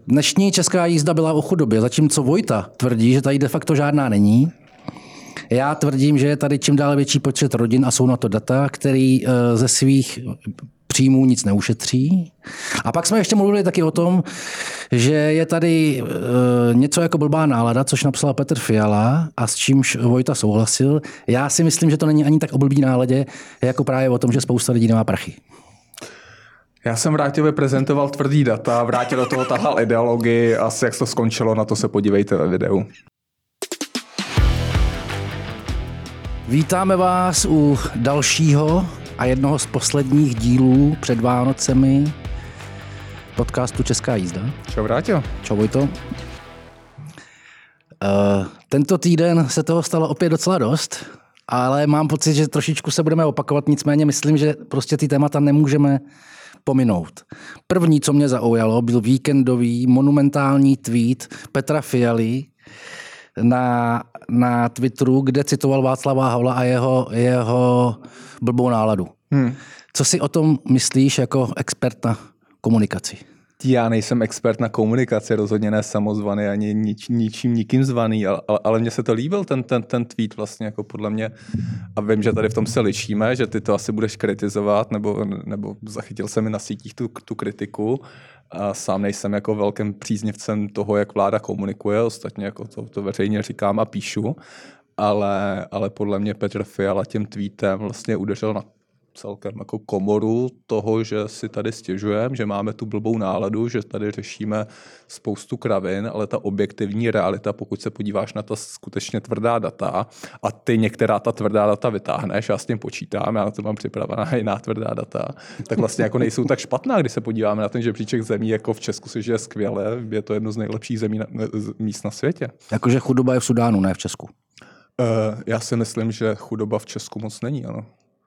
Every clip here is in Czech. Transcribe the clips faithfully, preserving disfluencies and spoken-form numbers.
Dnešní česká jízda byla o chudobě, zatímco Vojta tvrdí, že tady de facto žádná není. Já tvrdím, že je tady čím dál větší počet rodin a jsou na to data, který ze svých příjmů nic neušetří. A pak jsme ještě mluvili taky o tom, že je tady něco jako blbá nálada, což napsal Petr Fiala a s čímž Vojta souhlasil. Já si myslím, že to není ani tak o blbý náladě, jako právě o tom, že spousta lidí nemá prachy. Já jsem Vráťovi prezentoval tvrdý data, Vrátil do toho tahal ideologii a jak to skončilo, na to se podívejte ve videu. Vítáme vás u dalšího a jednoho z posledních dílů před Vánocemi podcastu Česká jízda. Čau Vráťo. Čau Vojto. Uh, tento týden se toho stalo opět docela dost, ale mám pocit, že trošičku se budeme opakovat, nicméně myslím, že prostě ty témata nemůžeme pominout. První, co mě zaujalo, byl víkendový monumentální tweet Petra Fialy na, na Twitteru, kde citoval Václava Havla a jeho, jeho blbou náladu. Hmm. Co si o tom myslíš jako expert na komunikaci? Já nejsem expert na komunikaci, rozhodně ne samozvaný, ani nič, ničím nikým zvaný, ale, ale mně se to líbil, ten, ten, ten tweet vlastně jako podle mě, a vím, že tady v tom se lišíme, že ty to asi budeš kritizovat, nebo, nebo zachytil jsem mi na sítích tu, tu kritiku. A sám nejsem jako velkým příznivcem toho, jak vláda komunikuje, ostatně jako to, to veřejně říkám a píšu, ale, ale podle mě Petr Fiala tím tweetem vlastně udeřil na celkem jako komoru toho, že si tady stěžujeme, že máme tu blbou náladu, že tady řešíme spoustu kravin, ale ta objektivní realita, pokud se podíváš na ta skutečně tvrdá data a ty některá ta tvrdá data vytáhneš, já s tím počítám, já na to mám připravená jiná tvrdá data, tak vlastně jako nejsou tak špatná, když se podíváme na ten žebříček zemí, jako v Česku se žije skvěle, je to jedno z nejlepších zemí na, míst na světě. Jakože chudoba je v Sudánu, ne v Česku? Uh, já si myslím, že chudoba v Česku moc není, ano.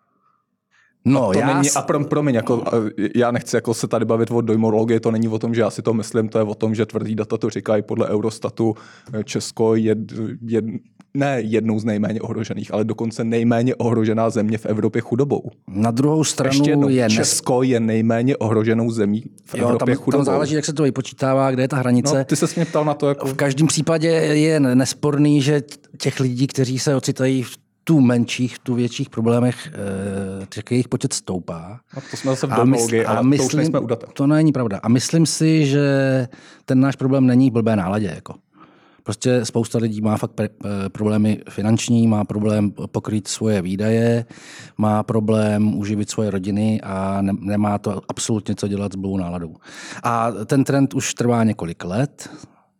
No, a, to já není, s... a pro, promiň, jako, já nechci jako se tady bavit o dojmologii, to není o tom, že já si to myslím, to je o tom, že tvrdý data to říkají podle Eurostatu. Česko je jed, ne jednou z nejméně ohrožených, ale dokonce nejméně ohrožená země v Evropě chudobou. Na druhou stranu jednou, je... Česko je nejméně ohroženou zemí v jo, Evropě tam, chudobou. Tam záleží, jak se to vypočítává, kde je ta hranice. No, ty se mě ptal na to, jako... V každém případě je nesporný, že těch lidí, kteří se ocitají v tu menších, v tu větších problémech, těch jejich počet stoupá. A to jsme zase v dojmologii, ale myslím, to už nejsme u data. To není pravda. A myslím si, že ten náš problém není v blbé náladě. Jako. Prostě spousta lidí má fakt pre- problémy finanční, má problém pokrýt svoje výdaje, má problém uživit svoje rodiny a ne- nemá to absolutně co dělat s blbou náladou. A ten trend už trvá několik let,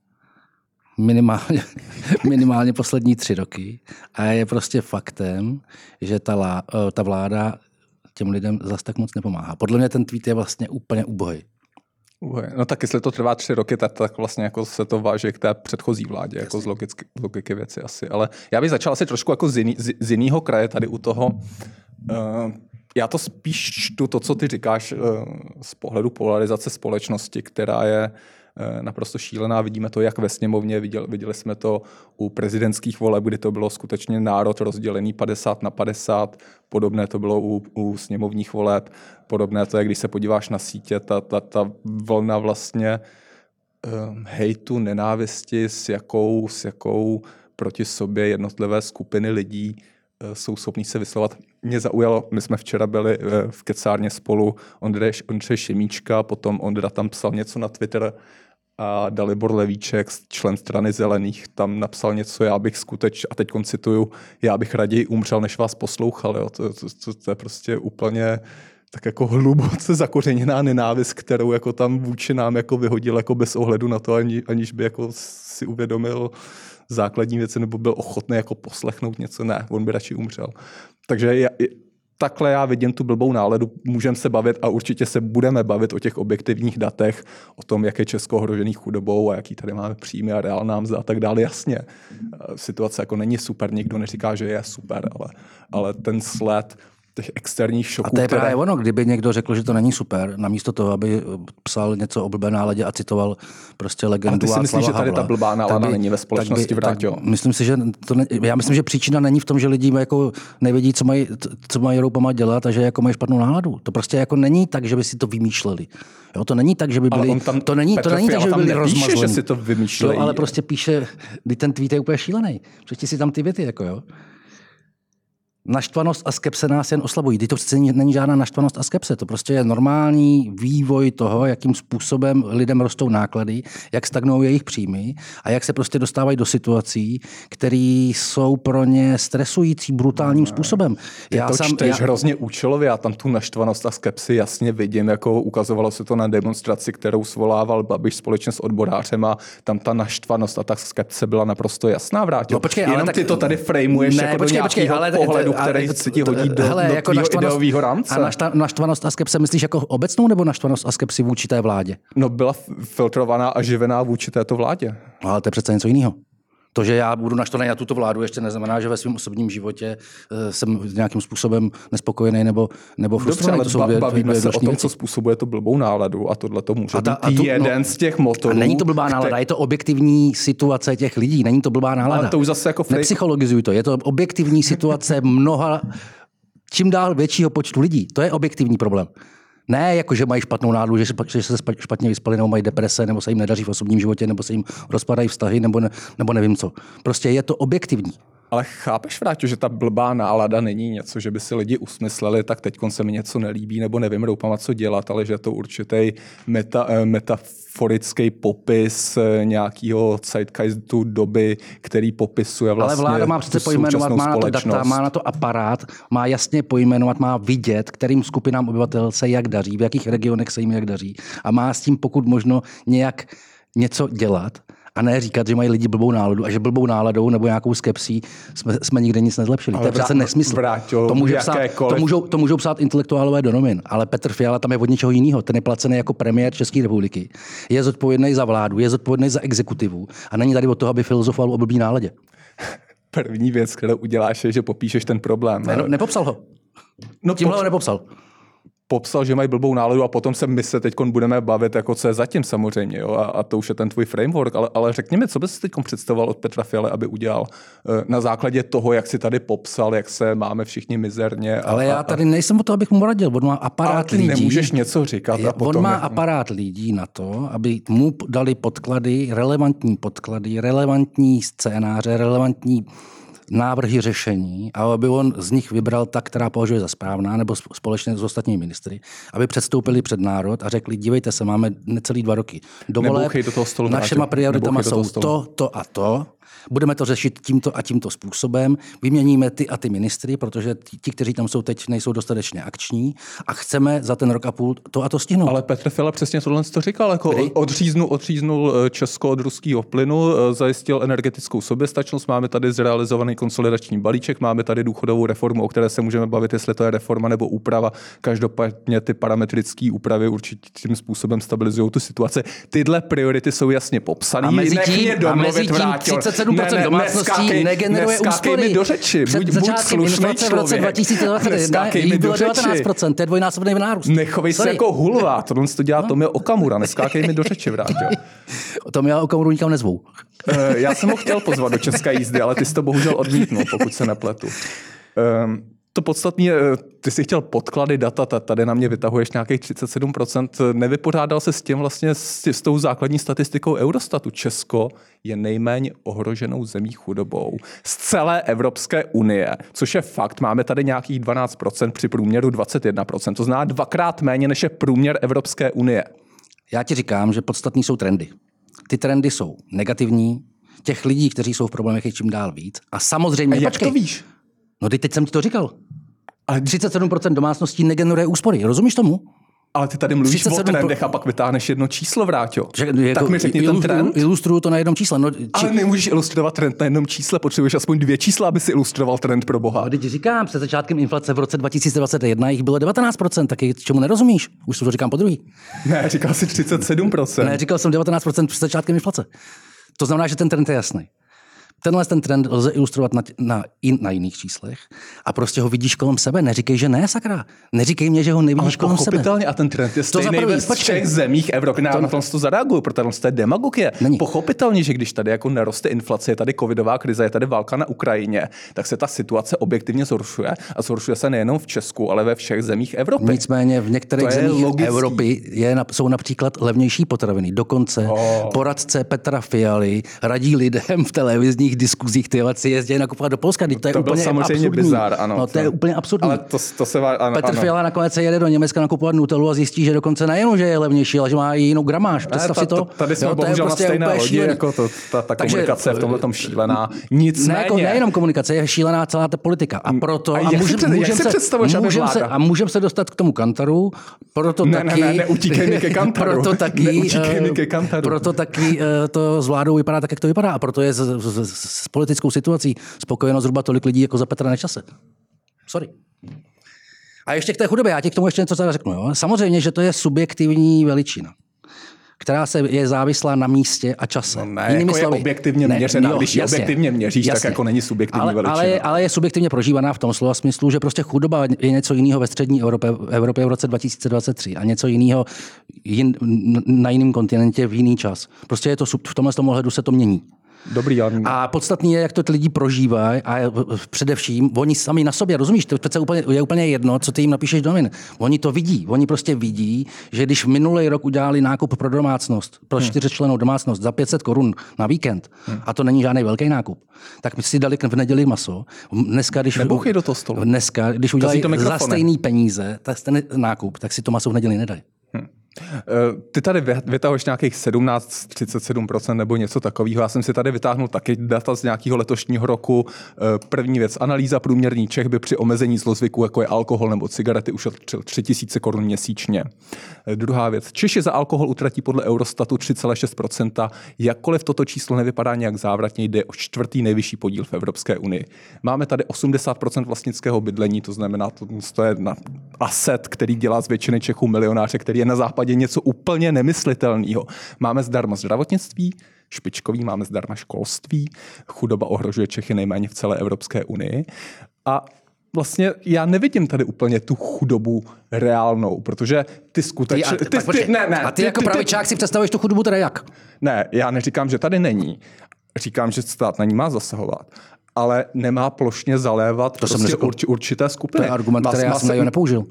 Minimálně, minimálně poslední tři roky. A je prostě faktem, že ta, lá, ta vláda těm lidem zas tak moc nepomáhá. Podle mě ten tweet je vlastně úplně ubohý. No tak jestli to trvá tři roky, tak, tak vlastně jako se to váží k té předchozí vládě, jako z logiky, logiky věci asi. Ale já bych začal asi trošku jako z, jiný, z, z jiného kraje tady u toho. Uh, já to spíš čtu to, co ty říkáš uh, z pohledu polarizace společnosti, která je naprosto šílená. Vidíme to jak ve sněmovně, viděli, viděli jsme to u prezidentských voleb, kdy to bylo skutečně národ rozdělený padesát na padesát. Podobné to bylo u, u sněmovních voleb. Podobné to je, když se podíváš na sítě, ta, ta, ta vlna vlastně um, hejtu, nenávisti, s jakou, s jakou proti sobě jednotlivé skupiny lidí uh, jsou schopní se vyslovat. Mě zaujalo, my jsme včera byli uh, v kecárně spolu, Ondřej, Ondřej Šimíčka, potom Ondra tam psal něco na Twitter, a Dalibor Levíček, člen strany Zelených, tam napsal něco, já bych skutečně, a teď cituju, já bych raději umřel, než vás poslouchal. Jo. To, to, to, to je prostě úplně tak jako hluboce zakořeněná nenávist, kterou jako tam vůči nám jako vyhodil jako bez ohledu na to, ani, aniž by jako si uvědomil základní věci, nebo byl ochotný jako poslechnout něco. Ne, on by radši umřel. Takže já, takhle já vidím tu blbou náladu, můžeme se bavit a určitě se budeme bavit o těch objektivních datech, o tom, jak je Česko ohrožený chudobou a jaký tady máme příjmy a reálná mzda a tak dále. Jasně, situace jako není super, nikdo neříká, že je super, ale, ale ten sled těch externích šoků. A to je které... právě ono, kdyby někdo řekl, že to není super, namísto toho, aby psal něco o blbé náladě a citoval prostě legendu Václava Havla. A ty si myslíš, že tady ta blbá nálada by, není ve společnosti, Vráťo? Myslím si, že to ne, já myslím, že příčina není v tom, že lidi jako nevědí, co mají, co mají roupama dělat a že jako mají špatnou náladu. To prostě jako není tak, že by si to vymýšleli. Jo, to není tak, že by byli, tam, to není, to není tak, že by byli rozmazlení. Že si to vymýšlejí. To ale prostě píše, kdy ten tweet je úplně šílený. Přečti si tam ty věty, jako jo. Naštvanost a skepse nás jen oslabují. Teď to přece není žádná naštvanost a skepse. To prostě je normální vývoj toho, jakým způsobem lidem rostou náklady, jak stagnují jejich příjmy a jak se prostě dostávají do situací, které jsou pro ně stresující brutálním způsobem. Ty já to sám, čteš já... hrozně účelově. Já tam tu naštvanost a skepsi jasně vidím, jako ukazovalo se to na demonstraci, kterou svolával Babiš společně s odborářem a tam ta naštvanost a ta skepse byla naprosto jasná, Vráťo. No, počkej, Jenom ale tak... ty to tady frameuješ ne, jako počkej, do počkej, ale pohledu, který se ti hodí do, hele, do jako tvýho ideovýho rámce. A naštva, naštvanost a skepse myslíš jako obecnou nebo naštvanost a skepsi vůči té vládě? No byla filtrovaná a živená vůči této vládě. No, ale to je přece něco jiného. To, že já budu naštvaný na tuto vládu, ještě neznamená, že ve svém osobním životě jsem nějakým způsobem nespokojený nebo, nebo frustrovaný. Dobře, ale ba- bavíme se o tom, co způsobuje to blbou náladu a tohle to může a ta, být a tu, jeden no, z těch motorů. A není to blbá nálada, který... je to objektivní situace těch lidí, není to blbá nálada. Ale to už zase jako... Nepsychologizuj to, je to objektivní situace mnoha, čím dál většího počtu lidí. To je objektivní problém. Ne, jako že mají špatnou náladu, že, že se špatně vyspali, nebo mají deprese, nebo se jim nedaří v osobním životě, nebo se jim rozpadají vztahy, nebo, ne, nebo nevím co. Prostě je to objektivní. Ale chápeš, Vráťo, že ta blbá nálada není něco, že by si lidi usmysleli, tak teď se mi něco nelíbí, nebo nevím roupama, co dělat, ale že je to určitý meta, metaforický popis nějakého zeitgeistu doby, který popisuje vlastně. Ale vláda má přece pojmenovat, má na to data, má na to aparát, má jasně pojmenovat, má vidět, kterým skupinám obyvatel se jak daří, v jakých regionech se jim jak daří a má s tím pokud možno nějak něco dělat. A ne říkat, že mají lidi blbou náladu a že blbou náladou nebo nějakou skepsí jsme, jsme nikde nic nezlepšili. Ale to je přece nesmysl. Vrátil, to, může psát, to, můžou, to můžou psát intelektuálové do novin, ale Petr Fiala tam je od něčeho jiného. Ten je placený jako premiér České republiky. Je zodpovědný za vládu, je zodpovědný za exekutivu a není tady od toho, aby filozofoval o blbý náladě. První věc, kterou uděláš, je, že popíšeš ten problém. Ne, no, nepopsal ho. No, Tímhle ho nepopsal. Popsal, že mají blbou náladu a potom se my se teď budeme bavit, jako co je zatím samozřejmě. Jo? A, a to už je ten tvůj framework. Ale, ale řekni mi, co bys si teď představoval od Petra Fialy, aby udělal na základě toho, jak si tady popsal, jak se máme všichni mizerně. A, ale já tady nejsem o to, abych mu radil. On má aparát lidí. Nemůžeš něco říkat. A potom on má jak... aparát lidí na to, aby mu dali podklady, relevantní podklady, relevantní scénáře, relevantní návrhy řešení a aby on z nich vybral ta, která považuje za správná, nebo společně s ostatními ministry, aby předstoupili před národ a řekli, dívejte se, máme necelý dva roky do voleb, našima prioritama jsou to, to a to. Budeme to řešit tímto a tímto způsobem. Vyměníme ty a ty ministry, protože ti, kteří tam jsou teď, nejsou dostatečně akční a chceme za ten rok a půl to a to stihnout. Ale Petr Fiala přesně tohle to říkal, jako odříznul, odříznul Česko od ruského plynu, zajistil energetickou soběstačnost, máme tady zrealizovaný konsolidační balíček, máme tady důchodovou reformu, o které se můžeme bavit, jestli to je reforma nebo úprava. Každopádně ty parametrické úpravy určitým způsobem stabilizují tu situaci. Tyhle priority jsou jasně popsané. A mezi tím, a mezi tím třicet sedm procent ne, ne, domácností negeneruje úspory. Do řeči. Před buď, začátkem buď inflace v roce dva tisíce dvacet jedna jich bylo devatenáct procent, to je dvojnásobný nárůst. Nechovej se jako hulva, tohle to dělá no. Tomio Okamura, neskákej mi do řeči, Vráťo. Tomia Okamuru nikam nezvou. Já jsem ho chtěl pozvat do České jízdy, ale ty jsi to bohužel odmítnul, pokud se nepletu. Um, To podstatné, ty jsi chtěl podklady, data, tady na mě vytahuješ nějakých třicet sedm procent. Nevypořádal se s tím vlastně s, s tou základní statistikou Eurostatu. Česko je nejméně ohroženou zemí chudobou z celé Evropské unie, což je fakt. Máme tady nějakých dvanáct procent při průměru dvacet jedna procent. To znamená dvakrát méně než je průměr Evropské unie. Já ti říkám, že podstatný jsou trendy. Ty trendy jsou negativní, těch lidí, kteří jsou v problémech, je čím dál víc. A samozřejmě... A jak počkej, to víš? No teď jsem ti to říkal. Ale třicet sedm procent domácností negeneruje úspory. Rozumíš tomu? Ale ty tady mluvíš o trendech a pak vytáhneš jedno číslo, Vráťo. Jako, tak mi řekni ten trend. Ilustruju to na jednom čísle. No, či... Ale nemůžeš ilustrovat trend na jednom čísle, potřebuješ aspoň dvě čísla, aby si ilustroval trend pro boha. No, teď říkám, před začátkem inflace v roce dva tisíce dvacet jedna jich bylo devatenáct procent, taky čemu nerozumíš? Už to říkám po druhý. Ne, říkal jsi třicet sedm procent. Ne, říkal jsem devatenáct procent před začátkem inflace. To znamená, že ten trend je jasný. Tenhle ten trend lze ilustrovat na, na, na jiných číslech a prostě ho vidíš kolem sebe. Neříkej, že ne, sakra. Neříkej mě, že ho nevidíš kolem sebe. Pochopitelně a ten trend je stejný ve všech zemích Evropy. Na, to, na tom to zareaguju, protože to je demagogie. Není. Pochopitelně, že když tady jako neroste inflace, je tady covidová krize, je tady válka na Ukrajině, tak se ta situace objektivně zhoršuje a zhoršuje se nejenom v Česku, ale ve všech zemích Evropy. Nicméně v některých zemích logický. Evropy je, jsou například levnější potraviny. Dokonce oh. poradce Petra Fialy radí lidem v televizních diskuzích, ty si jezdí nakupovat do Polska. To je to úplně samozřejmě absurdní. Bizár, ano. No, to je úplně absurdní. Ale to, to se vá, ano, Petr ano. Fiala nakonec se jede do Německa nakupovat Nutellu a zjistí, že dokonce nejenom, že je levnější, ale že má jinou gramáž. Představ ne, si to. Tady jsme jo, bohužel prostě na stejné lodi, jako to, ta, ta Takže, komunikace je v tomhle tom šílená. Nicméně. Ne, jako, nejenom komunikace, je šílená celá ta politika. A proto a, a můžeme můžem se, můžem se, a můžem se dostat k tomu Kantaru, proto ne, taky... Ne, ne, neutíkej mi ke Kantaru. Proto taky, neutíkej mi ke Kantaru. Proto taky to s vládou vypadá tak, jak to vypadá. A proto je s, s, s politickou situací spokojeno zhruba tolik lidí jako za Petra Nečase. Sorry. A ještě k té chudobě, já ti k tomu ještě něco tady řeknu. Jo? Samozřejmě, že to je subjektivní veličina, která se je závislá na místě a čase. No ne, jako je objektivně ne, měřená. Jo, když ji objektivně měříš, jasně. Tak jako není subjektivní ale, veličina. Ale, ale je subjektivně prožívaná v tom slova smyslu, že prostě chudoba je něco jiného ve střední Evropě, Evropě v roce dva tisíce dvacet tři a něco jiného jin, na jiném kontinentě v jiný čas. Prostě je to, v tomhle tom ohledu se to mění. Dobrý, ale... A podstatný je, jak to ty lidi prožívají a především oni sami na sobě, rozumíš, to přece úplně, je úplně jedno, co ty jim napíšeš do novin. Oni to vidí, oni prostě vidí, že když minulý rok udělali nákup pro domácnost, pro čtyřčlennou domácnost za pět set korun na víkend, hmm. a to není žádný velký nákup, tak my si dali v neděli maso. Dneska, když, Nebouchej do toho stolu. Dneska, když udělají za stejný peníze ten nákup, tak si to maso v neděli nedají. Hmm. Ty tady vytahuješ nějakých sedmnáct třicet sedm procent nebo něco takového. Já jsem si tady vytáhnul taky data z nějakého letošního roku. První věc, analýza průměrný Čech by při omezení zlozvyků, jako je alkohol nebo cigarety, ušetřil tři tisíce korun měsíčně. Druhá věc, Češi za alkohol utratí podle Eurostatu tři celá šest procenta. Jakkoliv toto číslo nevypadá nějak závratně, jde o čtvrtý nejvyšší podíl v Evropské unii. Máme tady osmdesát procent vlastnického bydlení, to znamená, to je na asset, který dělá z většiny Čechů milionáře, který je na západě něco úplně nemyslitelného. Máme zdarma zdravotnictví, špičkový, máme zdarma školství, chudoba ohrožuje Čechy nejméně v celé Evropské unii a vlastně já nevidím tady úplně tu chudobu reálnou, protože ty skutečně... Ty, ty, ty, ty, ne, ne, a ty, ty jako ty, pravičák si představuješ tu chudobu teda jak? Ne, já neříkám, že tady není. Říkám, že stát na ní má zasahovat, ale nemá plošně zalévat to prostě urč, určité skupiny. To je argument, který já jsem nepoužil.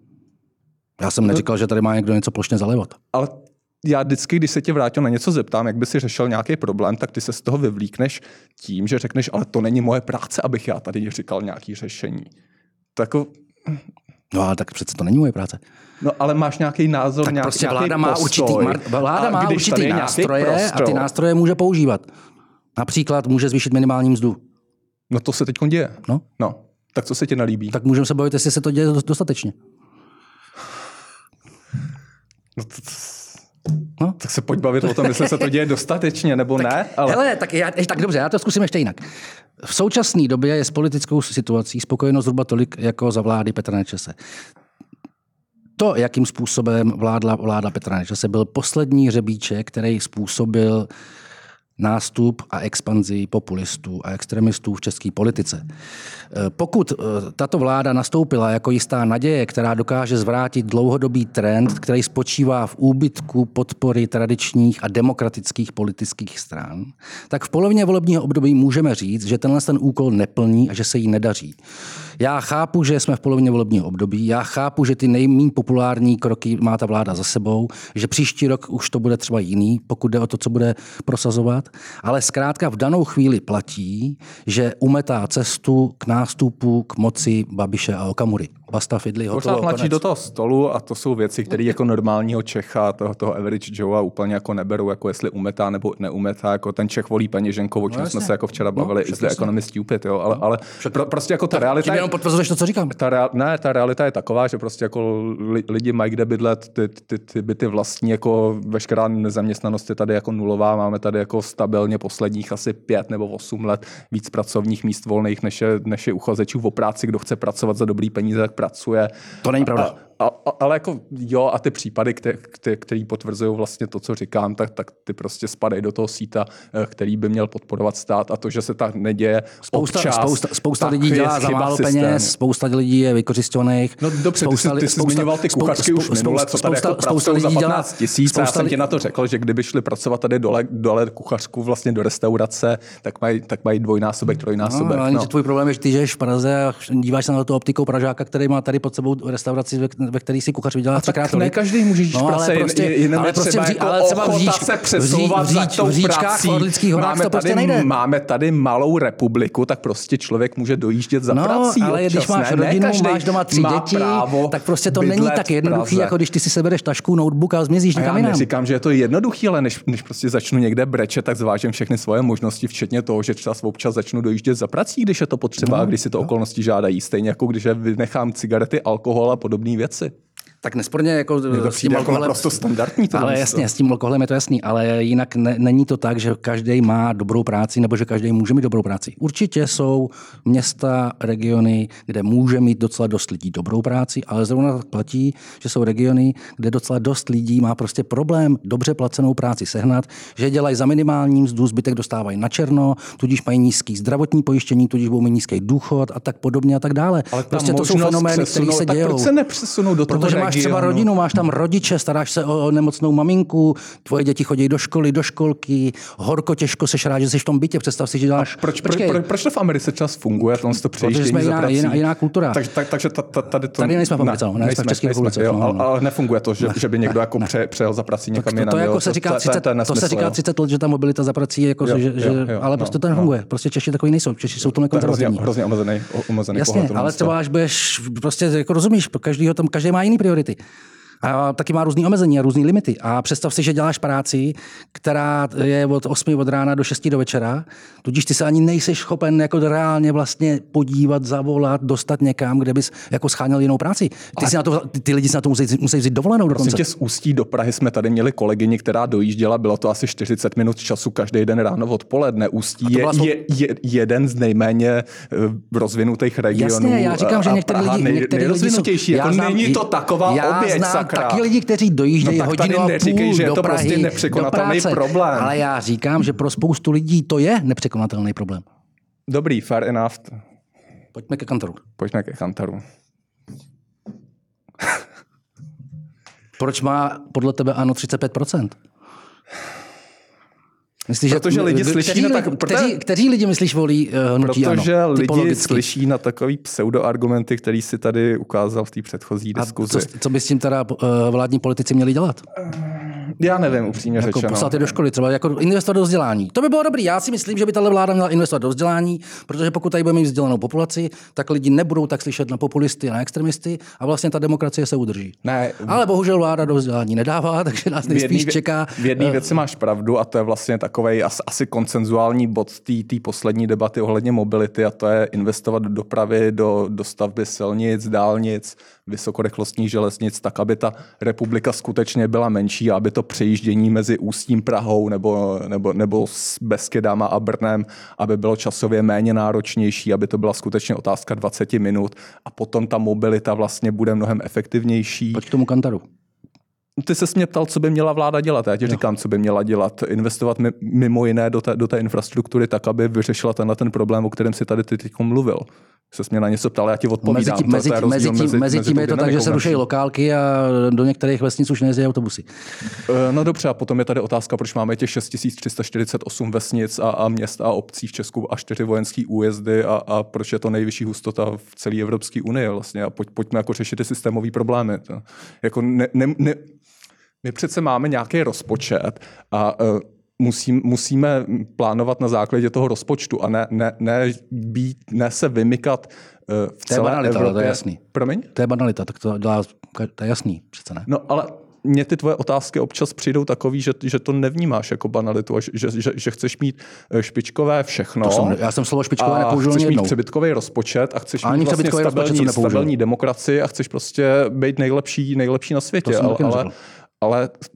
Já jsem neříkal, že tady má někdo něco plošně zalévat. Ale já vždycky, když se tě vrátil na něco zeptám, jak by si řešil nějaký problém, tak ty se z toho vyvlíkneš tím, že řekneš, ale to není moje práce, abych já tady říkal nějaký řešení. Tak... No ale tak přece to není moje práce. No ale máš nějaký názor, tak nějaký, prostě vláda nějaký má postoj. určitý, vláda má určitý nástroje a ty nástroje může používat. Například může zvýšit minimální mzdu. No to se teď děje. No. No. Tak co se ti nelíbí? Tak můžeme se bavit, jestli se to děje dostatečně. No, to, no. Tak se pojď bavit o tom, jestli se to děje dostatečně, nebo tak, ne. Ale... Hele, tak, já, tak dobře, já to zkusím ještě jinak. V současné době je s politickou situací spokojeno zhruba tolik jako za vlády Petra Nečase. To, jakým způsobem vládla vláda Petra Nečase, byl poslední hřebíček, který způsobil nástup a expanzi populistů a extremistů v české politice. Pokud tato vláda nastoupila jako jistá naděje, která dokáže zvrátit dlouhodobý trend, který spočívá v úbytku podpory tradičních a demokratických politických stran, tak v polovině volebního období můžeme říct, že tenhle ten úkol neplní a že se jí nedaří. Já chápu, že jsme v polovině volebního období, já chápu, že ty nejméně populární kroky má ta vláda za sebou, že příští rok už to bude třeba jiný, pokud jde o to, co bude prosazovat, ale zkrátka v danou chvíli platí, že umetá cestu k nástupu k moci Babiše a Okamury. Basta Fidli, hotovo, konec. Tlačí do toho stolu a to jsou věci, které jako normálního Čecha, toho, toho average Joea úplně jako neberou, jako jestli umetá nebo neumetá, jako ten Čech volí peněženkou, o čem no, jsme se jako včera bavili, no, is the economy stupid, jo, ale, ale pro, prostě jako ta realita... Jenom potvrzuješ to, co říkám. Ta real, ne, ta realita je taková, že prostě jako li, lidi mají kde bydlet, ty, ty, ty byty vlastní, jako veškerá nezaměstnanost je tady jako nulová, máme tady jako stabilně posledních asi pět nebo osm let víc pracovních míst volných, než je, než je uchazečů o práci, kdo chce pracovat za dobrý peníze, tak pracuje. To není pravda. a, a, ale jako jo, a ty případy, které, které potvrzují vlastně to, co říkám, tak, tak ty prostě spadají do toho síta, který by měl podporovat stát, a to, že se tak neděje spousta, občas, spousta, spousta lidí dělá za málo peněz, spousta lidí je vykořisťovaných. No dobře, spousta, ty jsi, ty jsi zmiňoval ty kuchařky už minule, co tady jako pracují za patnáct tisíc, a já jsem ti na to řekl, že kdyby šli pracovat tady dole, dole kuchařku vlastně do restaurace, tak mají, tak mají dvojnásobek, trojnásobek. No, no. Tvůj problém je, že ty žiješ v Praze a díváš se na tu optikou Pražáka, který má tady pod sebou restauraci, ve, ve který si kuchař vydělá třikrát tolik. Ne každý může žít v Praze, no, prostě, jenom ale prostě třeba, vří, ale třeba ochota vříč, se přesouvat za tou prací. Máme to prostě tady, máme tady malou republiku, tak prostě člověk může dojíždět za no, prací. Ale občas, když máš ne, rodinu, ne máš doma tři děti, tak prostě to není tak jednoduchý, jako když ty si sebereš tašku, notebook a zmizíš někam jinam. Já neříkám, že je to jednoduchý, ale než, než prostě začnu někde brečet, tak zvážím všechny svoje možnosti, včetně toho, že třeba občas začnu dojíždět za prací, když je to potřeba, no, a když si to no. okolnosti žádají. Stejně jako když vynechám cigarety, alkohol a podobné věci. Tak nesporně jako s tím alkoholem, jako naprosto standardní. Ale místo. Jasně, s tím alkoholem je to jasný, ale jinak ne, není to tak, že každý má dobrou práci nebo že každý může mít dobrou práci. Určitě jsou města, regiony, kde může mít docela dost lidí dobrou práci, ale zrovna tak platí, že jsou regiony, kde docela dost lidí má prostě problém dobře placenou práci sehnat, že dělají za minimální mzdu, zbytek dostávají na černo, tudíž mají nízký zdravotní pojištění, tudíž budou mít nízký důchod a tak podobně a tak dále. Ale prostě to jsou fenomény, které se dějou. Proč se nepřesunou do toho regionu? Máš třeba rodinu, máš tam rodiče, staráš se o nemocnou maminku, tvoje děti chodí do školy, do školky, horko těžko seš rád, že jsi v tom bytě, představ si, že děláš... Proč, proč, proč, proč to v Americe čas funguje, tohle to přejíždění za prací? Jiná, jiná kultura. Tak, tak, takže tady to... Tady nejsme v Americe, no, nejsme v České republice. Jo, no, no. Ale nefunguje to, že, že by někdo jako pře, přejel za prací někam jinam. To, jako se říká třicet, to, to, to se říká třicet let, že ta mobilita za prací je jako, jo, že, jo, jo, ale no, prostě to nefunguje. No. Prostě Češi takový nejsou. Češi jsou to nekonzervativní. Hrozně omezený, omezený Jasně, pohled. ale třeba až budeš, prostě jako rozumíš, každý, tam, každý má jiný priority. A taky má různý omezení a různý limity. A představ si, že děláš práci, která je od osmi od rána do šesti do večera, tudíž ty se ani nejseš schopen jako reálně vlastně podívat, zavolat, dostat někam, kde bys jako scháněl jinou práci. Ty, si na to, ty, ty lidi si na to musí, musí vzít dovolenou dokonce. Prostě z Ústí do Prahy jsme tady měli kolegyni, která dojížděla, bylo to asi čtyřicet minut času každý den ráno odpoledne. Ústí je, je, je jeden z nejméně rozvinutých regionů. Jasně, já říkám, že některé lidi, nej, nejrozvinutější, jako znám, není to taková oběť. Taky lidi, kteří dojíždějí no, hodinu a půl že je do to Prahy, prostě nepřekonatelný problém. Ale já říkám, že pro spoustu lidí to je nepřekonatelný problém. Dobrý, fair enough. Pojďme ke Kantaru. Pojďme ke Kantaru. Proč má podle tebe ANO třicet pět procent? Myslíš, protože že, lidi slyší kteří, na tak... Kteří, kteří lidi myslíš volí uh, hnutí ANO? Protože lidi slyší na takový pseudoargumenty, který si tady ukázal v té předchozí diskuzi. A co, co by s tím teda uh, vládní politici měli dělat? Já nevím, upřímně jako řečeno. Poslat je do školy, třeba jako investovat do vzdělání. To by bylo dobrý. Já si myslím, že by tahle vláda měla investovat do vzdělání, protože pokud tady budeme mít vzdělanou populaci, tak lidi nebudou tak slyšet na populisty a na extremisty a vlastně ta demokracie se udrží. Ne, ale bohužel vláda do vzdělání nedává, takže nás nejspíš čeká. V jedné věci máš pravdu a to je vlastně takovej asi, asi konsenzuální bod té poslední debaty ohledně mobility a to je investovat do dopravy, do, do stavby silnic, dálnic, vysokorychlostních železnic, tak aby ta republika skutečně byla menší a aby to přejíždění mezi Ústím, Prahou nebo, nebo, nebo s Beskydama a Brnem, aby bylo časově méně náročnější, aby to byla skutečně otázka dvacet minut a potom ta mobilita vlastně bude mnohem efektivnější. Pojď k tomu Kantaru. Ty ses mě ptal, co by měla vláda dělat. Já ti říkám, co by měla dělat. Investovat mimo jiné do té, do té infrastruktury tak, aby vyřešila tenhle ten problém, o kterém si tady ty teď mluvil. Se mě na něco ptal, já ti odpovídám. Mezi, to, to mezi, tím, mezi, mezi tím je to tak, že se ruší lokálky a do některých vesnic už nejezdí autobusy. No dobře, a potom je tady otázka, proč máme těch šest tisíc tři sta čtyřicet osm vesnic a, a měst a obcí v Česku a čtyři vojenský újezdy a, a proč je to nejvyšší hustota v celé Evropské unii vlastně. A pojď, pojďme jako řešit ty systémové problémy. To, jako ne, ne, ne, my přece máme nějaký rozpočet a uh, Musím, musíme plánovat na základě toho rozpočtu a ne, ne, ne, být, ne se vymykat uh, v celé to je banalita, Evropě. To je jasný. Promiň? To je banalita, tak to dělá, to je jasný přece, ne? No ale mně ty tvoje otázky občas přijdou takový, že, že to nevnímáš jako banalitu a že, že, že chceš mít špičkové všechno. Jsem, já jsem slovo špičkové nepoužil chceš jednou. mít přebytkový rozpočet a chceš Ani mít vlastně stabilní, stabilní demokracii a chceš prostě být nejlepší, nejlepší na světě. Ale, ale, ale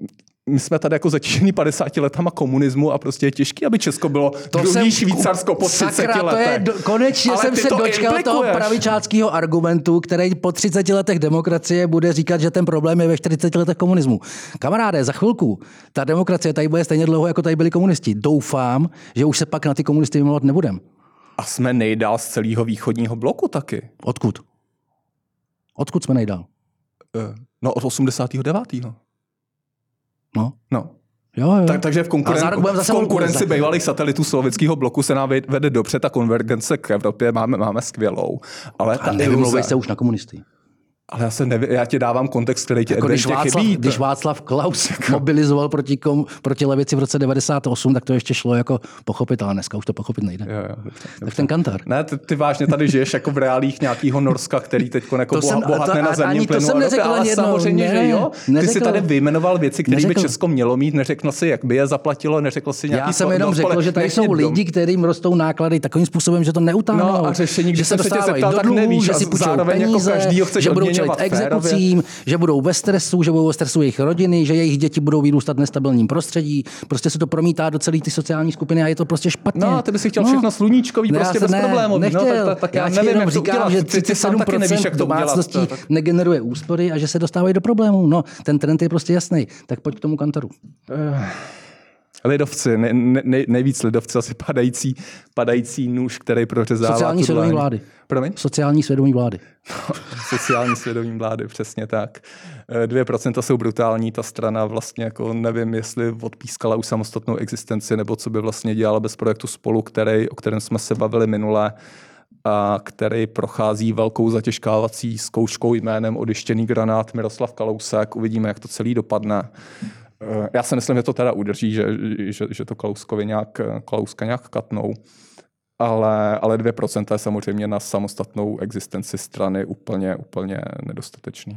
my jsme tady jako zatížený padesáti letama komunismu a prostě je těžký, aby Česko bylo to druhý Švýcarsko po třiceti letech. To je do, konečně ale jsem se to dočkal implikuješ. toho pravičáckého argumentu, který po třiceti letech demokracie bude říkat, že ten problém je ve čtyřiceti letech komunismu. Kamaráde, za chvilku ta demokracie tady bude stejně dlouho, jako tady byli komunisti. Doufám, že už se pak na ty komunisty vymlouvat nebudem. A jsme nejdál z celého východního bloku taky. Odkud? Odkud jsme nejdál? No od osmdesátého devátého No. No. Jo, jo. Tak, takže v, konkuren- v konkurenci bývalých satelitů sovětského bloku se nám vede dobře, ta konvergence k Evropě máme, máme skvělou. Ale a nevymlouvej se už na komunisty. Ale já, se neví, já ti dávám kontext, který tě jako když, Václav, chybí. když Václav Klaus mobilizoval proti, kom, proti levici v roce devadesát osm, tak to ještě šlo jako pochopit, ale dneska už to pochopit nejde. Jo, jo, dobře, tak dobře. ten Kantar. Ne, ty, ty vážně tady žiješ jako v reálích nějakého Norska, který teď jako to jsem, bohatne to, na zemním plynu. To jsem neřekl ale jednou, samozřejmě, ne, že jo. Ty neřekl, jsi tady vyjmenoval věci, které by Česko mělo mít, neřekl si, jak by je zaplatilo, neřekl si nějaký... Já jsem jenom řekl, spole, že tady jsou lidi, kterým rostou náklady takovým způsobem, že to neutáhnou. No a řešení, že se dostávají do dluhů, že si půjčou peníze, že budou čelit exekucím, že budou ve stresu, že budou ve stresu jejich rodiny, že jejich děti budou vyrůstat v nestabilním prostředí. Prostě se to promítá do celé ty sociální skupiny a je to prostě špatně. No, ty bys si chtěl všechno no. sluníčkový, ne, prostě bez ne, problémů. Nechtěl. No, tak, tak já, já nevím, jenom jak říkám, to udělat. že Ty, ty sám taky nevíš, jak to domácností udělat. Tak... negeneruje úspory a že se dostávají do problémů. No, ten trend je prostě jasný. Tak pojď k tomu Kantaru. Uh... Lidovci, ne, ne, nejvíc lidovci, asi padající, padající nůž, který prořezává. Sociální svědomí vlády. Promiň? Sociální svědomí vlády. No, sociální svědomí vlády, přesně tak. dvě procenta jsou brutální, ta strana vlastně jako nevím, jestli odpískala už samostatnou existenci, nebo co by vlastně dělala bez projektu Spolu, který, o kterém jsme se bavili minule, a který prochází velkou zatěžkávací zkouškou jménem Odyštěný granát Miroslav Kalousek. Uvidíme, jak to celý dopadne. Já si myslím, že to teda udrží, že, že, že to Kalouskovi nějak, Kalouska nějak katnou, ale, ale dvě procenta je samozřejmě na samostatnou existenci strany úplně, úplně nedostatečný.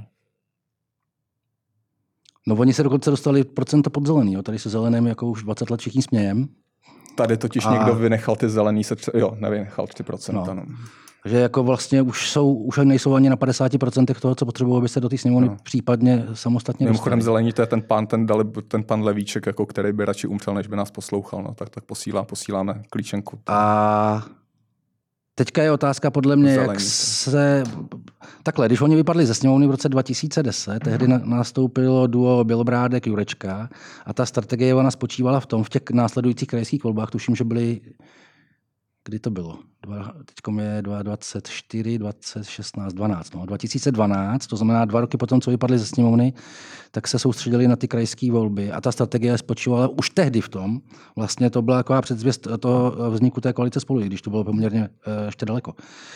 No oni se dokonce dostali procento pod zelený, jo. Tady se zeleným jako už dvacet let všichni smějem. Tady totiž a... někdo vynechal ty zelený, se, jo, nevynechal tři procenta. No. No. Takže jako vlastně už, jsou, už nejsou ani na padesáti procentech toho, co potřebují, aby se do té sněmovny no. případně samostatně dostali. Mimochodem zelení, to je ten pán, ten, dali, ten pan Levíček, jako který by radši umřel, než by nás poslouchal. No. Tak, tak posílá, posíláme klíčenku. A teďka je otázka podle mě, zelení. Jak se... Takhle, když oni vypadli ze sněmovny v roce dva tisíce deset, tehdy nastoupilo duo Bělobrádek-Jurečka a ta strategie ona spočívala v tom, v těch následujících krajských volbách, tuším, že byly kdy to bylo? Teď je dvacet čtyři, dvacet, šestnáct, dvanáct. No, dva tisíce dvanáct, to znamená dva roky potom, co vypadli ze sněmovny, tak se soustředili na ty krajské volby. A ta strategie spočívala už tehdy v tom, vlastně to byla taková předzvěst toho vzniku té koalice Spolu, když to bylo poměrně ještě daleko.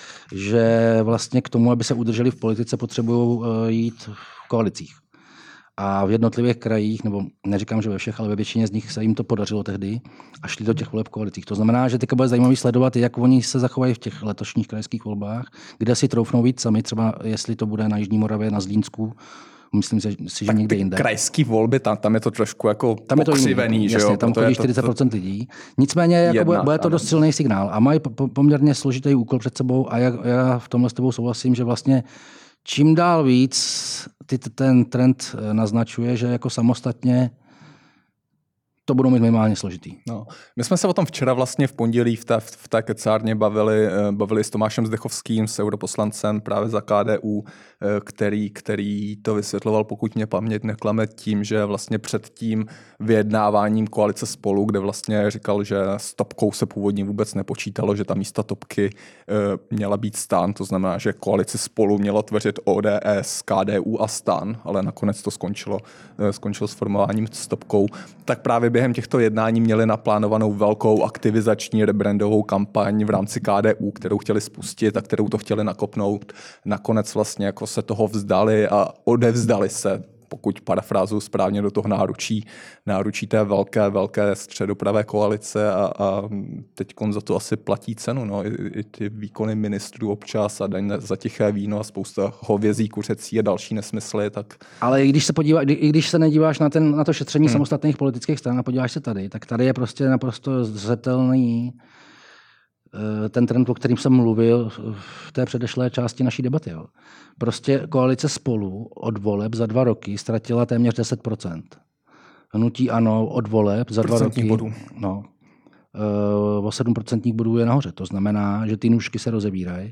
Že vlastně k tomu, aby se udrželi v politice, potřebují jít v koalicích. A v jednotlivých krajích, nebo neříkám, že ve všech, ale ve většině z nich se jim to podařilo tehdy a šli do těch voleb koalicích. To znamená, že teďka bude zajímavý sledovat, jak oni se zachovají v těch letošních krajských volbách, kde si troufnou víc sami, třeba jestli to bude na Jižní Moravě, na Zlínsku, myslím si, že tak někde jinde. Krajský volby, tam, tam je to trošku jako tam pokřivený, je to že jo? Tam chodí čtyřicet procent lidí. Nicméně jako bude, bude to dost silný signál a mají po, poměrně složitý úkol před sebou a já, já v tomhle s tebou souhlasím, že vlastně čím dál víc ty, ten trend naznačuje, že jako samostatně to budou mít minimálně složitý. No. My jsme se o tom včera vlastně v pondělí v té, v té kecárně bavili, bavili s Tomášem Zdechovským, s europoslancem právě za K D U, který, který to vysvětloval, pokud mě paměť neklame, tím, že vlastně před tím vyjednáváním koalice Spolu, kde vlastně říkal, že s topkou se původně vůbec nepočítalo, že ta místa topky měla být STAN, to znamená, že koalici Spolu měla tvořit O D S, K D U a STAN, ale nakonec to skončilo, skončilo s formováním s topkou, tak právě během těchto jednání měli naplánovanou velkou aktivizační rebrandovou kampaň v rámci K D U, kterou chtěli spustit a kterou to chtěli nakopnout. Nakonec vlastně jako se toho vzdali a odevzdali se, pokud parafrázuju správně, do toho náručí, náručí té velké, velké středopravé koalice a, a teď za to asi platí cenu. No. I, I ty výkony ministrů občas a daň za tiché víno a spousta hovězí, kuřecí a další nesmysly. Tak... Ale i když se, podívá, i když se nedíváš na, ten, na to šetření hmm. samostatných politických stran a podíváš se tady, tak tady je prostě naprosto zřetelný ten trend, o kterým jsem mluvil v té předešlé části naší debaty. Jo. Prostě koalice Spolu od voleb za dva roky ztratila téměř deset procent. hnutí ANO od voleb za dva roky bodů. No, o sedm procentních bodů je nahoře. To znamená, že ty nůžky se rozebírají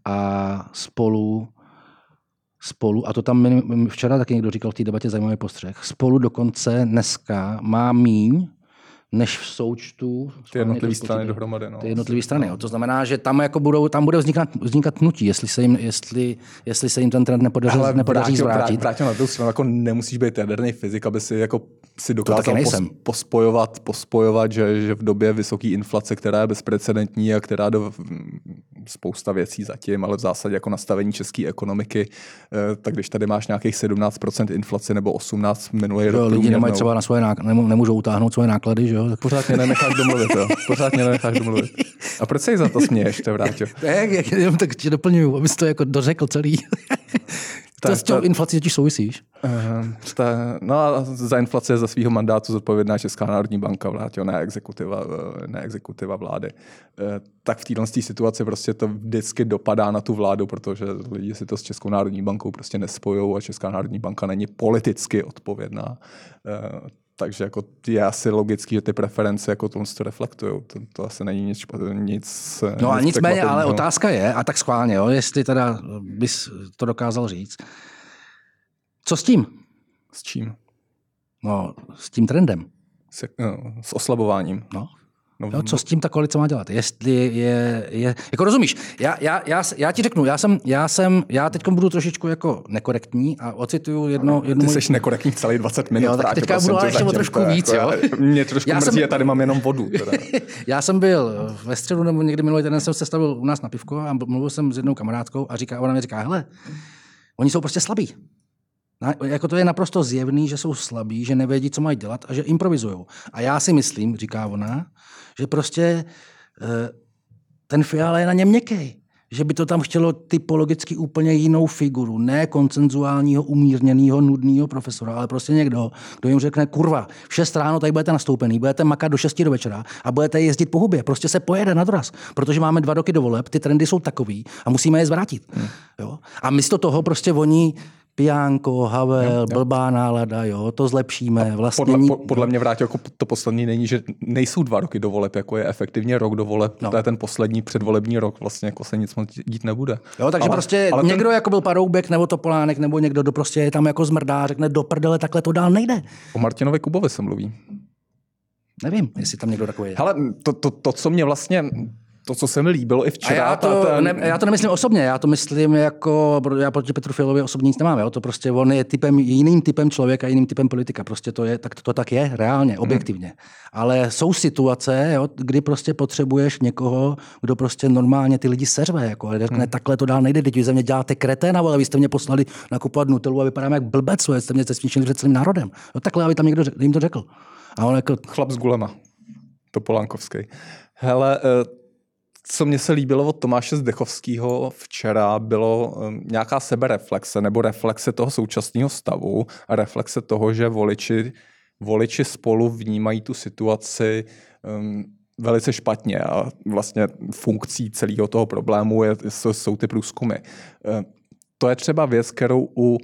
a spolu, spolu, a to tam včera taky někdo říkal v té debatě zajímavý postřeh, spolu dokonce dneska má míň než v součtu. Ty jednotlivé strany dohromady. No. Ty jednotlivé strany. Jo. To znamená, že tam jako budou, tam bude vznikat, vznikat hnutí, jestli se jim, jestli, jestli se jim ten trend nepodaří, nepodaří zvrátit. Vrátil na tu stranu, jako nemusíš být jaderný fyzik, aby si, jako, si dokázal pos, pospojovat, pospojovat že, že v době vysoké inflace, která je bezprecedentní a která do spousta věcí zatím, ale v zásadě jako nastavení české ekonomiky, tak když tady máš nějakých sedmnáct procent inflace nebo osmnáct minulý rok. Lidi nemají třeba na svoje náklady, nemůžou utáhnout svoje náklady, že jo? Tak pořád mě nenecháš domluvit, jo. Pořád mě nenecháš domluvit. A proč se jí za to směješ, te Vráťo? Tak, tak ti doplňuju, abys to jako dořekl celý. To s tou inflací totiž souvisíš? Uh, ta, no a za inflaci je za svého mandátu zodpovědná Česká národní banka, Vráťo, ne exekutiva, ne exekutiva vlády. Uh, tak v této situaci prostě to vždycky dopadá na tu vládu, protože lidi si to s Českou národní bankou prostě nespojou a Česká národní banka není politicky odpovědná. Uh, Takže jako je asi logický, že ty preference jako tohle to reflektují. To, to asi není nic, nic No a nic nicméně, ale otázka je, a tak schválně, jo, jestli teda bys to dokázal říct. Co s tím? S čím? No, s tím trendem. S, no, s oslabováním. No. No, no, co s tím ta koalice má dělat? Jestli je, je jako rozumíš, já, já, já, já ti řeknu, já jsem, já jsem, já teď budu trošičku jako nekorektní a ocituju jedno... jedno Ty jsi můj... nekorektní celých dvacet minut. Jo, tak teďka budu ještě o trošku to, víc, jako, jo. Mě trošku já mrzí, jsem... tady mám jenom vodu. Teda. Já jsem byl ve středu nebo někdy minulý týden jsem se stavil u nás na pivko a mluvil jsem s jednou kamarádkou a říká, ona mi říká, hele, oni jsou prostě slabí. Jako to je naprosto zjevný, že jsou slabí, že nevědí, co mají dělat a že improvizujou. A já si myslím, říká ona, že prostě ten Fiala je na něm měkkej. Že by to tam chtělo typologicky úplně jinou figuru. Ne konsenzuálního, umírněného, nudného profesora, ale prostě někdo, kdo jim řekne, kurva, v šest ráno tady budete nastoupený, budete makat do šesti do večera a budete jezdit po hubě. Prostě se pojede na doraz. Protože máme dva roky do voleb, ty trendy jsou takový a musíme je zvrátit. Hmm. Jo? A místo toho prostě oni pijánko, havel, jo, jo. blbá nálada, jo, to zlepšíme. Vlastně podle, po, podle mě Vrátil, jako to poslední není, že nejsou dva roky do voleb, jako je efektivně rok do voleb, no. To je ten poslední předvolební rok, vlastně jako se nic moc dít nebude. Jo, takže ale, prostě ale někdo ten... jako byl Paroubek nebo Topolánek nebo někdo, kdo prostě je tam jako zmrdá, řekne do prdele, takhle to dál nejde. O Martinovi Kubovi se mluví. Nevím, jestli tam někdo takový je. Hele, to, to, to, co mě vlastně... To, co se mi líbilo i včera. A já to, ten... ne, já to nemyslím osobně, já to myslím jako, já proti Petru Fialovi osobně nic nemám, jo? To prostě on je typem, jiným typem člověka, jiným typem politika, prostě to je, tak to, to tak je, reálně, objektivně. Hmm. Ale jsou situace, jo, kdy prostě potřebuješ někoho, kdo prostě normálně ty lidi seřve, jako, a řekne, hmm. takhle to dál nejde, teď vy ze mě děláte kreténa, ale vy jste mě poslali nakupovat Nutellu a vypadám jak blbec, vy jste mě zesměšnili před celým národem. Jo, takhle, aby tam někdo jim to řekl. A on jako... Chlap s gulema, Topolánkovský. Hele, co mně se líbilo od Tomáše Zdechovského včera, bylo um, nějaká sebereflexe nebo reflexe toho současného stavu a reflexe toho, že voliči, voliči Spolu vnímají tu situaci um, velice špatně a vlastně funkcí celého toho problému je, jsou ty průzkumy. Uh, to je třeba věc, kterou u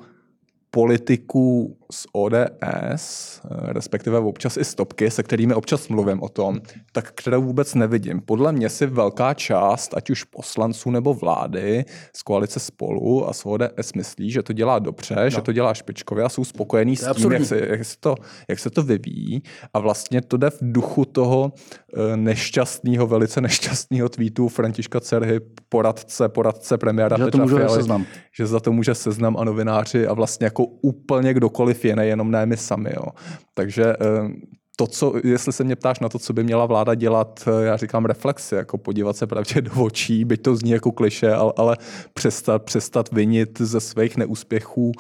politiků z O D S, respektive občas i stopky, se kterými občas mluvím o tom, tak kterou vůbec nevidím. Podle mě si velká část, ať už poslanců nebo vlády z koalice Spolu a z O D S myslí, že to dělá dobře, no. že to dělá špičkově a jsou spokojení s tím, jak se, jak, se to, jak se to vyvíjí. A vlastně to jde v duchu toho nešťastného, velice nešťastného tweetu Františka Cerhy, poradce, poradce premiéra že Petra Fialy, že za to může Seznam a novináři a vlastně jako úplně kdokoliv je, nejenom ne my sami. Jo. Takže to, co, jestli se mě ptáš na to, co by měla vláda dělat, já říkám reflexy, jako podívat se pravdě do očí, byť to zní jako klišé, ale, ale přestat, přestat vinit ze svých neúspěchů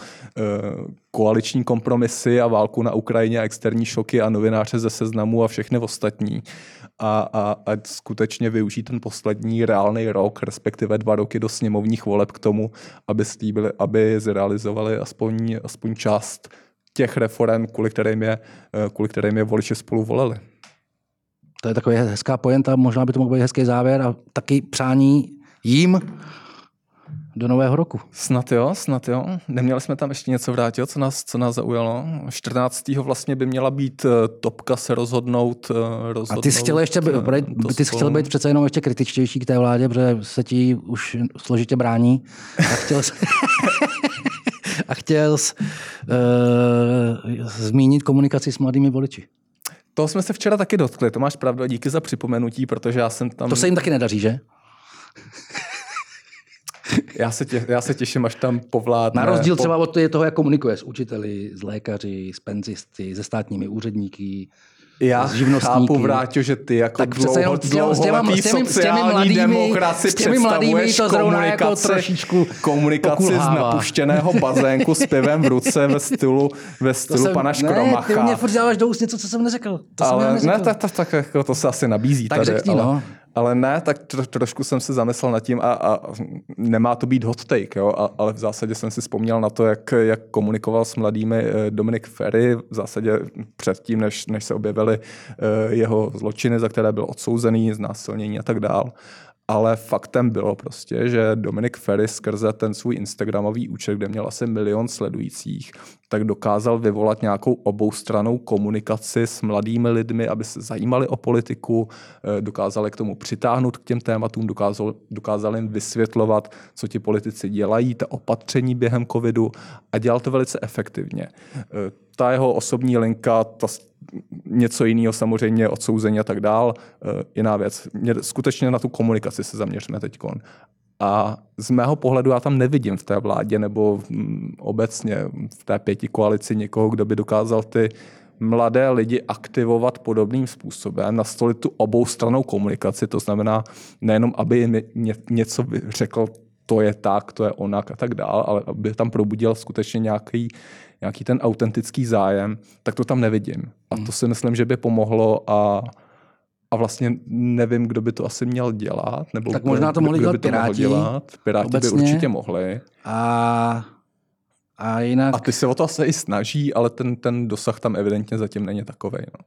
koaliční kompromisy a válku na Ukrajině a externí šoky a novináře ze Seznamu a všechny ostatní. A, a, a skutečně využít ten poslední reálný rok, respektive dva roky do sněmovních voleb k tomu, aby slíbili, aby zrealizovali aspoň, aspoň část těch reforem, kvůli kterým je, kvůli kterým je voliči Spolu volili. To je taková hezká pointa, možná by to mohl být hezký závěr a taky přání jim, do nového roku. Snad jo, snad jo. Neměli jsme tam ještě něco vrátit, co nás, co nás zaujalo. čtrnáctého vlastně by měla být topka se rozhodnout. rozhodnout A ty jsi chtěl ještě být, ty jsi chtěl být přece jenom ještě kritičtější k té vládě, protože se ti už složitě brání. A chtěl jsi, a chtěl jsi uh, zmínit komunikaci s mladými voliči. Toho jsme se včera taky dotkli, to máš pravdu, díky za připomenutí, protože já jsem tam... To se jim taky nedaří, že? Já se, tě, já se těším, až tam povládne. Na rozdíl po... třeba od toho, jak komunikuje s učiteli, s lékaři, s penzisty, se státními úředníky, já s živnostníky. chápu, Vráťo, že ty jako tak dlouho, s těmi, s těmi, sociální s těmi mladými, demokraci s těmi mladými to zrovna jako trošičku komunikaci pokulhává. Z napuštěného bazénku s pivem v ruce ve stylu, ve stylu jsem, pana Škromacha. Ne, ty mě furt děláš do úst něco, co jsem neřekl. To ale jsem neřekl. Ne, tak, tak, tak jako to se asi nabízí tak tady. Řekni, ale... no. Ale ne, tak tro, trošku jsem se zamyslel nad tím a, a nemá to být hot take, jo, a, ale v zásadě jsem si vzpomněl na to, jak, jak komunikoval s mladými Dominik Feri, v zásadě předtím, než, než se objevily jeho zločiny, za které byl odsouzený, znásilnění a tak dál. Ale faktem bylo prostě, že Dominik Feri skrze ten svůj instagramový účet, kde měl asi milion sledujících, tak dokázal vyvolat nějakou oboustrannou komunikaci s mladými lidmi, aby se zajímali o politiku, dokázali k tomu přitáhnout k těm tématům, dokázal, dokázal jim vysvětlovat, co ti politici dělají, ta opatření během covidu a dělal to velice efektivně. Ta jeho osobní linka, ta něco jiného samozřejmě, odsouzení a tak dál, jiná věc. Mě skutečně na tu komunikaci se zaměříme teďkon. A z mého pohledu já tam nevidím v té vládě nebo obecně v té pěti koalici někoho, kdo by dokázal ty mladé lidi aktivovat podobným způsobem, nastolit tu oboustrannou komunikaci, to znamená nejenom, aby jim něco řekl, to je tak, to je onak a tak dál, ale aby tam probudil skutečně nějaký, nějaký ten autentický zájem, tak to tam nevidím. A to si myslím, že by pomohlo a A vlastně nevím, kdo by to asi měl dělat. Nebo tak možná to mohli kdo, dělat kdo by to Piráti. Dělat. Piráti obecně. By určitě mohli. A, a jinak... A ty se o to asi i snaží, ale ten, ten dosah tam evidentně zatím není takovej. No.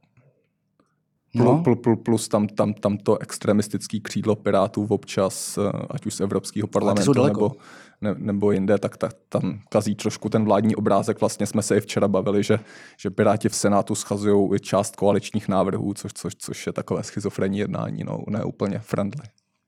No. Plus, plus, plus tam, tam, tam to extremistický křídlo Pirátů občas, ať už z Evropského parlamentu nebo, ne, nebo jinde, tak, tak tam kazí trošku ten vládní obrázek. Vlastně jsme se i včera bavili, že, že Piráti v Senátu schazují i část koaličních návrhů, což, což, což je takové schizofrenní jednání, no, ne úplně friendly.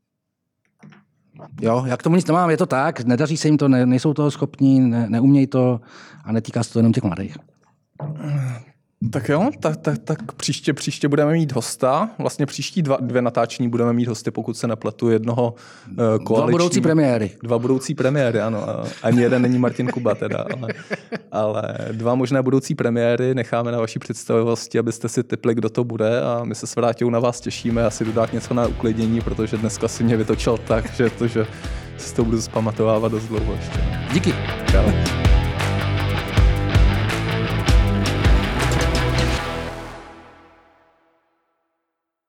Jo, já k tomu nic nemám, je to tak, nedaří se jim to, ne, nejsou toho schopní, ne, neumějí to a netýká se to jenom těch mladých. Tak jo, tak, tak, tak příště, příště budeme mít hosta. Vlastně příští dva, dvě natáčení budeme mít hosty, pokud se nepletu, jednoho uh, koaliční... Dva budoucí premiéry. Dva budoucí premiéry, ano. Ani jeden není Martin Kuba teda, ale, ale dva možné budoucí premiéry necháme na vaší představivosti, abyste si tipli, kdo to bude a my se s Vráťou na vás těšíme asi dodat něco na uklidnění, protože dneska si mě vytočil tak, že to, že si to budu zpamatovávat dost dlouho ještě. Díky. Čau.